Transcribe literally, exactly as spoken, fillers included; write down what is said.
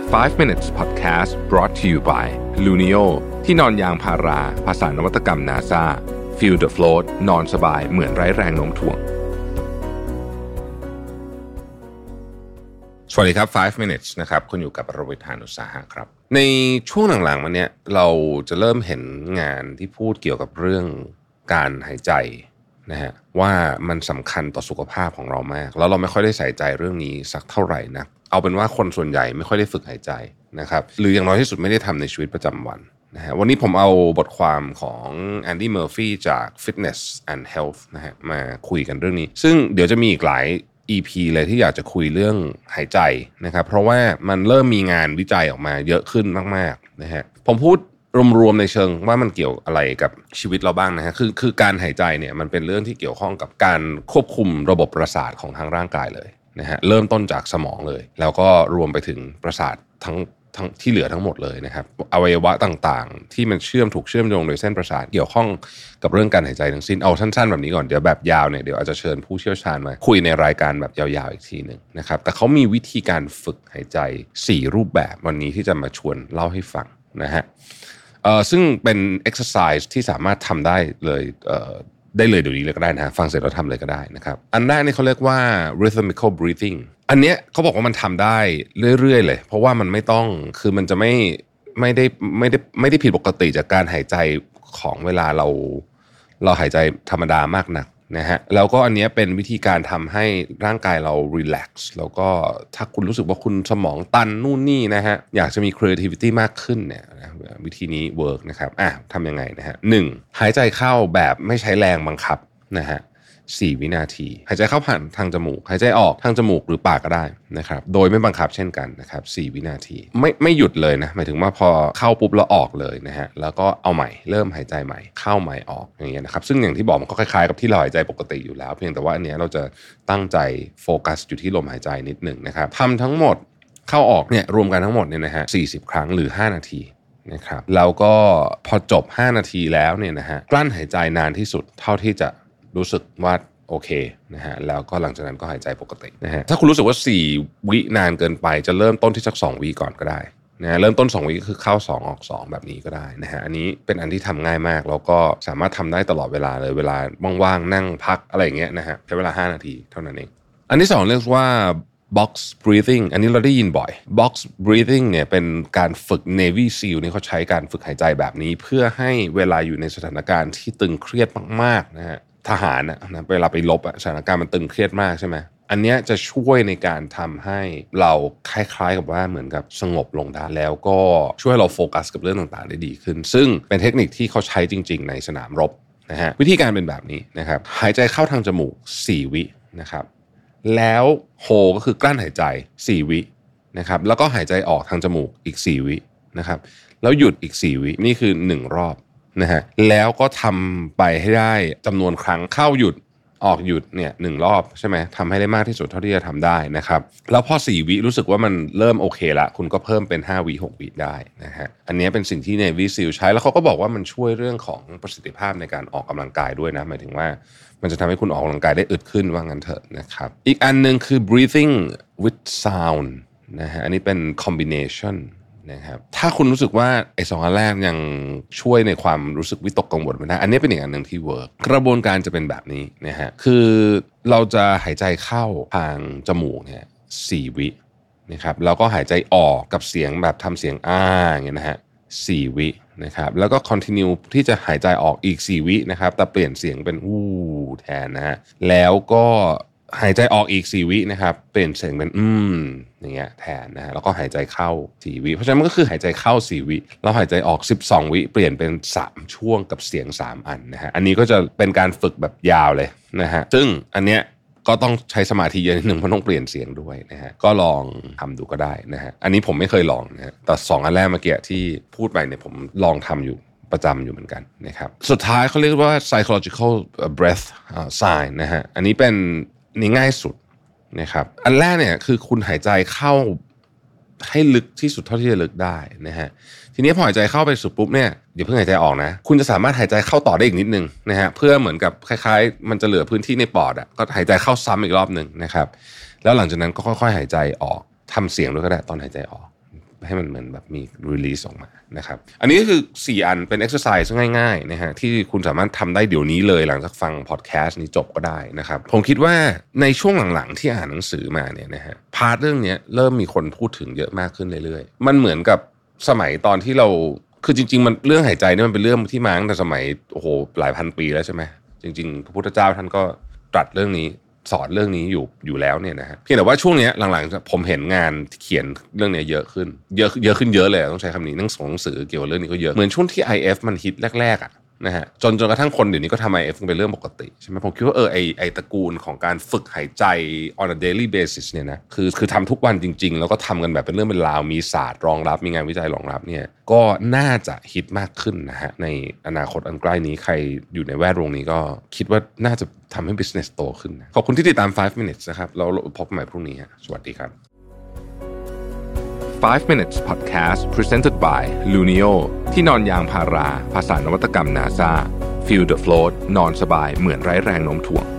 five minutes podcast brought to you by Lunio ที่นอนยางพาราภาษานวัตกรรม NASA Feel the float นอนสบายเหมือนไร้แรงโน้มถ่วงสวัสดีครับfive minutes นะครับคุณอยู่กับประวิทย์ หาญอุตสาหะครับในช่วงหลังๆมาเนี้ยเราจะเริ่มเห็นงานที่พูดเกี่ยวกับเรื่องการหายใจนะฮะว่ามันสำคัญต่อสุขภาพของเรามากแล้วเราไม่ค่อยได้ใส่ใจเรื่องนี้สักเท่าไหร่นักเอาเป็นว่าคนส่วนใหญ่ไม่ค่อยได้ฝึกหายใจนะครับหรืออย่างน้อยที่สุดไม่ได้ทำในชีวิตประจำวันนะฮะวันนี้ผมเอาบทความของแอนดี้เมอร์ฟี่จาก Fitness and Health นะฮะมาคุยกันเรื่องนี้ซึ่งเดี๋ยวจะมีอีกหลาย อี พี เลยที่อยากจะคุยเรื่องหายใจนะครับเพราะว่ามันเริ่มมีงานวิจัยออกมาเยอะขึ้นมากๆนะฮะผมพูดรวมๆในเชิงว่ามันเกี่ยวอะไรกับชีวิตเราบ้างนะฮะคือคือการหายใจเนี่ยมันเป็นเรื่องที่เกี่ยวข้องกับการควบคุมระบบประสาทของทางร่างกายเลยนะฮะเริ่มต้นจากสมองเลยแล้วก็รวมไปถึงประสาททั้งทั้งที่เหลือทั้งหมดเลยนะครับอวัยวะต่างๆที่มันเชื่อมถูกเชื่อมโยงโดยเส้นประสาทเกี่ยวข้องกับเรื่องการหายใจทั้งสิ้นเอาสั้นๆแบบนี้ก่อนเดี๋ยวแบบยาวเนี่ยเดี๋ยวอาจจะเชิญผู้เชี่ยวชาญมาคุยในรายการแบบยาวๆอีกทีนึงนะครับแต่เขามีวิธีการฝึกหายใจสี่รูปแบบวันนี้ที่จะมาชวนเล่าให้ฟังนะฮะเอ่อซึ่งเป็น exercise ที่สามารถทำได้เลยเอ่อได้เลยเดี๋ยวนี้เลยก็ได้นะฮะฟังเสร็จแล้วทำเลยก็ได้นะครับอันแรกนี่เขาเรียกว่า rhythmical breathing อันเนี้ยเขาบอกว่ามันทำได้เรื่อยๆเลยเพราะว่ามันไม่ต้องคือมันจะไม่ไม่ได้ไม่ได้ไม่ได้ผิดปกติจากการหายใจของเวลาเราเราหายใจธรรมดามากนักนะฮะแล้วก็อันเนี้ยเป็นวิธีการทำให้ร่างกายเรา relax แล้วก็ถ้าคุณรู้สึกว่าคุณสมองตันนู่นนี่นะฮะอยากจะมี creativity มากขึ้นเนี่ยวิธีนี้ work นะครับอ่ะทำยังไงนะฮะหนึ่งหายใจเข้าแบบไม่ใช้แรงบังคับนะฮะสี่วินาทีหายใจเข้าผ่านทางจมูกหายใจออกทางจมูกหรือปากก็ได้นะครับโดยไม่บังคับเช่นกันนะครับสี่วินาทีไม่ไม่หยุดเลยนะหมายถึงว่าพอเข้าปุ๊บแล้วออกเลยนะฮะแล้วก็เอาใหม่เริ่มหายใจใหม่เข้าใหม่ออกอย่างเงี้ยนะครับซึ่งอย่างที่บอกมันก็คล้ายๆกับที่เราหายใจปกติอยู่แล้วเพียงแต่ว่าอันเนี้ยเราจะตั้งใจโฟกัสอยู่ที่ลมหายใจนิดหนึ่งนะครับทำทั้งหมดเข้าออกเนี่ยรวมกันทั้งหมดเนี่ยนะฮะสี่สิบครั้งหรือห้านาทีนะครับแล้วก็พอจบห้านาทีแล้วเนี่ยนะฮะกลั้นหายใจนานที่สุดเท่าที่จะรู้สึกว่าโอเคนะฮะแล้วก็หลังจากนั้นก็หายใจปกตินะฮะถ้าคุณรู้สึกว่าสี่วินานเกินไปจะเริ่มต้นที่สักสองวิก่อนก็ได้นะฮะเริ่มต้นสองวิก็คือเข้าสองออกสองแบบนี้ก็ได้นะฮะอันนี้เป็นอันที่ทำง่ายมากแล้วก็สามารถทำได้ตลอดเวลาเลยเวลาว่างๆนั่งพักอะไรอย่างเงี้ยนะฮะใช้เวลาห้านาทีเท่านั้นเองอันที่สองเรียกว่า box breathing อันนี้เราได้ยินบ่อย box breathing เนี่ยเป็นการฝึก Navy SEAL นี่เขาใช้การฝึกหายใจแบบนี้เพื่อให้เวลาอยู่ในสถานการณ์ที่ตึงเครียดมากๆนะฮะทหารนะเวลาไปรบสถานการณ์มันตึงเครียดมากใช่ไหมอันนี้จะช่วยในการทำให้เราคล้ายๆกับว่าเหมือนกับสงบลงได้แล้วก็ช่วยเราโฟกัสกับเรื่องต่างๆได้ดีขึ้นซึ่งเป็นเทคนิคที่เขาใช้จริงๆในสนามรบนะฮะวิธีการเป็นแบบนี้นะครับหายใจเข้าทางจมูกสี่วินะครับแล้วโฮก็คือกลั้นหายใจสี่วินะครับแล้วก็หายใจออกทางจมูกอีกสี่วินะครับแล้วหยุดอีกสี่วินี่คือหนึ่งรอบนะฮะแล้วก็ทำไปให้ได้จำนวนครั้งเข้าหยุดออกหยุดเนี่ยหนึ่งรอบใช่ไหมทำให้ได้มากที่สุดเท่าที่จะทำได้นะครับแล้วพอสี่วิรู้สึกว่ามันเริ่มโอเคละคุณก็เพิ่มเป็นห้าวิหกวิได้นะฮะอันนี้เป็นสิ่งที่ Navy SEAL ใช้แล้วเขาก็บอกว่ามันช่วยเรื่องของประสิทธิภาพในการออกกำลังกายด้วยนะหมายถึงว่ามันจะทำให้คุณออกกำลังกายได้อึดขึ้นว่างั้นเถอะนะครับอีกอันนึงคือ breathing with sound นะฮะอันนี้เป็น combinationนะครับถ้าคุณรู้สึกว่าไอ้สองอันแรกยังช่วยในความรู้สึกวิตกกังวลไม่ได้อันนี้เป็นอีกอันหนึ่งที่เวิร์กกระบวนการจะเป็นแบบนี้นะฮะคือเราจะหายใจเข้าทางจมูกเนี่ยสี่วินะครับแล้วก็หายใจออกกับเสียงแบบทำเสียงอ้าอย่างเงี้ยนะฮะสี่วินะครับแล้วก็ continue ที่จะหายใจออกอีกสี่วินะครับแต่เปลี่ยนเสียงเป็นอู้แทนนะฮะแล้วก็หายใจออกอีกสี่วินะครับเปลี่ยนเสียงเป็นอืมอย่างเงี้ยแทนนะฮะแล้วก็หายใจเข้าสี่วิเพราะฉะนั้นมันก็คือหายใจเข้าสี่วิแล้วหายใจออกสิบสองวิเปลี่ยนเป็นสามช่วงกับเสียงสามอันนะฮะอันนี้ก็จะเป็นการฝึกแบบยาวเลยนะฮะซึ่งอันเนี้ยก็ต้องใช้สมาธิเยอะนิดนึงเพราะต้องเปลี่ยนเสียงด้วยนะฮะก็ลองทำดูก็ได้นะฮะอันนี้ผมไม่เคยลองนะฮะแต่สองอันแรกเมื่อกี้ที่พูดไปเนี่ยผมลองทำอยู่ประจำอยู่เหมือนกันนะครับสุดท้ายเขาเรียกว่า psychological breath sign นะฮะอันนี้เป็นนี่ง่ายสุดนะครับอันแรกเนี่ยคือคุณหายใจเข้าให้ลึกที่สุดเท่าที่จะลึกได้นะฮะทีนี้พอหายใจเข้าไปสุดปุ๊บเนี่ยอย่าเพิ่งหายใจออกนะคุณจะสามารถหายใจเข้าต่อได้อีกนิดนึงนะฮะเพื่อเหมือนกับคล้ายๆมันจะเหลือพื้นที่ในปอดอ่ะก็หายใจเข้าซ้ำอีกรอบนึงนะครับแล้วหลังจากนั้นก็ค่อยๆหายใจออกทำเสียงด้วยก็ได้ตอนหายใจออกให้มันเหมือนแบบมี release ออกมานะครับอันนี้ก็คือสี่อันเป็น exercise ง่ายๆนะฮะที่คุณสามารถทำได้เดี๋ยวนี้เลยหลังจากฟัง podcast นี้จบก็ได้นะครับผมคิดว่าในช่วงหลังๆที่อ่านหนังสือมาเนี่ยนะฮะพาร์ทเรื่องนี้เริ่มมีคนพูดถึงเยอะมากขึ้นเรื่อยๆมันเหมือนกับสมัยตอนที่เราคือจริงๆมันเรื่องหายใจนี่มันเป็นเรื่องที่มาตั้งแต่สมัยโอ้โหหลายพันปีแล้วใช่ไหมจริงๆพระพุทธเจ้าท่านก็ตรัสเรื่องนี้สอนเรื่องนี้อยู่อยู่แล้วเนี่ยนะฮะเพียงแต่ว่าช่วงนี้หลังๆผมเห็นงานเขียนเรื่องนี้เยอะขึ้นเยอะเยอะขึ้นเยอะเลยต้องใช้คำนี้หนังสือเกี่ยวกับเรื่องนี้ก็เยอะเหมือนช่วงที่ ไอ เอฟ มันฮิตแรกๆอ่ะนะฮะจนจนกระทั่งคนเดี๋ยวนี้ก็ทำ ไอ เอฟ เป็นเรื่องปกติใช่ไหมผมคิดว่าเออไอไอตระกูลของการฝึกหายใจ on a daily basis เนี่ยนะคือคือทำทุกวันจริงๆแล้วก็ทำกันแบบเป็นเรื่องเป็นราวมีศาสตร์รองรับมีงานวิจัยรองรับเนี่ยก็น่าจะฮิตมากขึ้นนะฮะในอนาคตอันใกล้นี้ใครอยู่ในแวดวงนี้ก็คิดว่าน่าจะทำให้ business โตขึ้นขอบคุณที่ติดตามไฟว์ minutes นะครับเราพบกันใหม่พรุ่งนี้ฮะสวัสดีครับไฟว์ minutes podcast presented by Lunio ที่นอนยางพาราภาษานวัตกรรม NASA Feel the float นอนสบายเหมือนไร้แรงโน้มถ่วง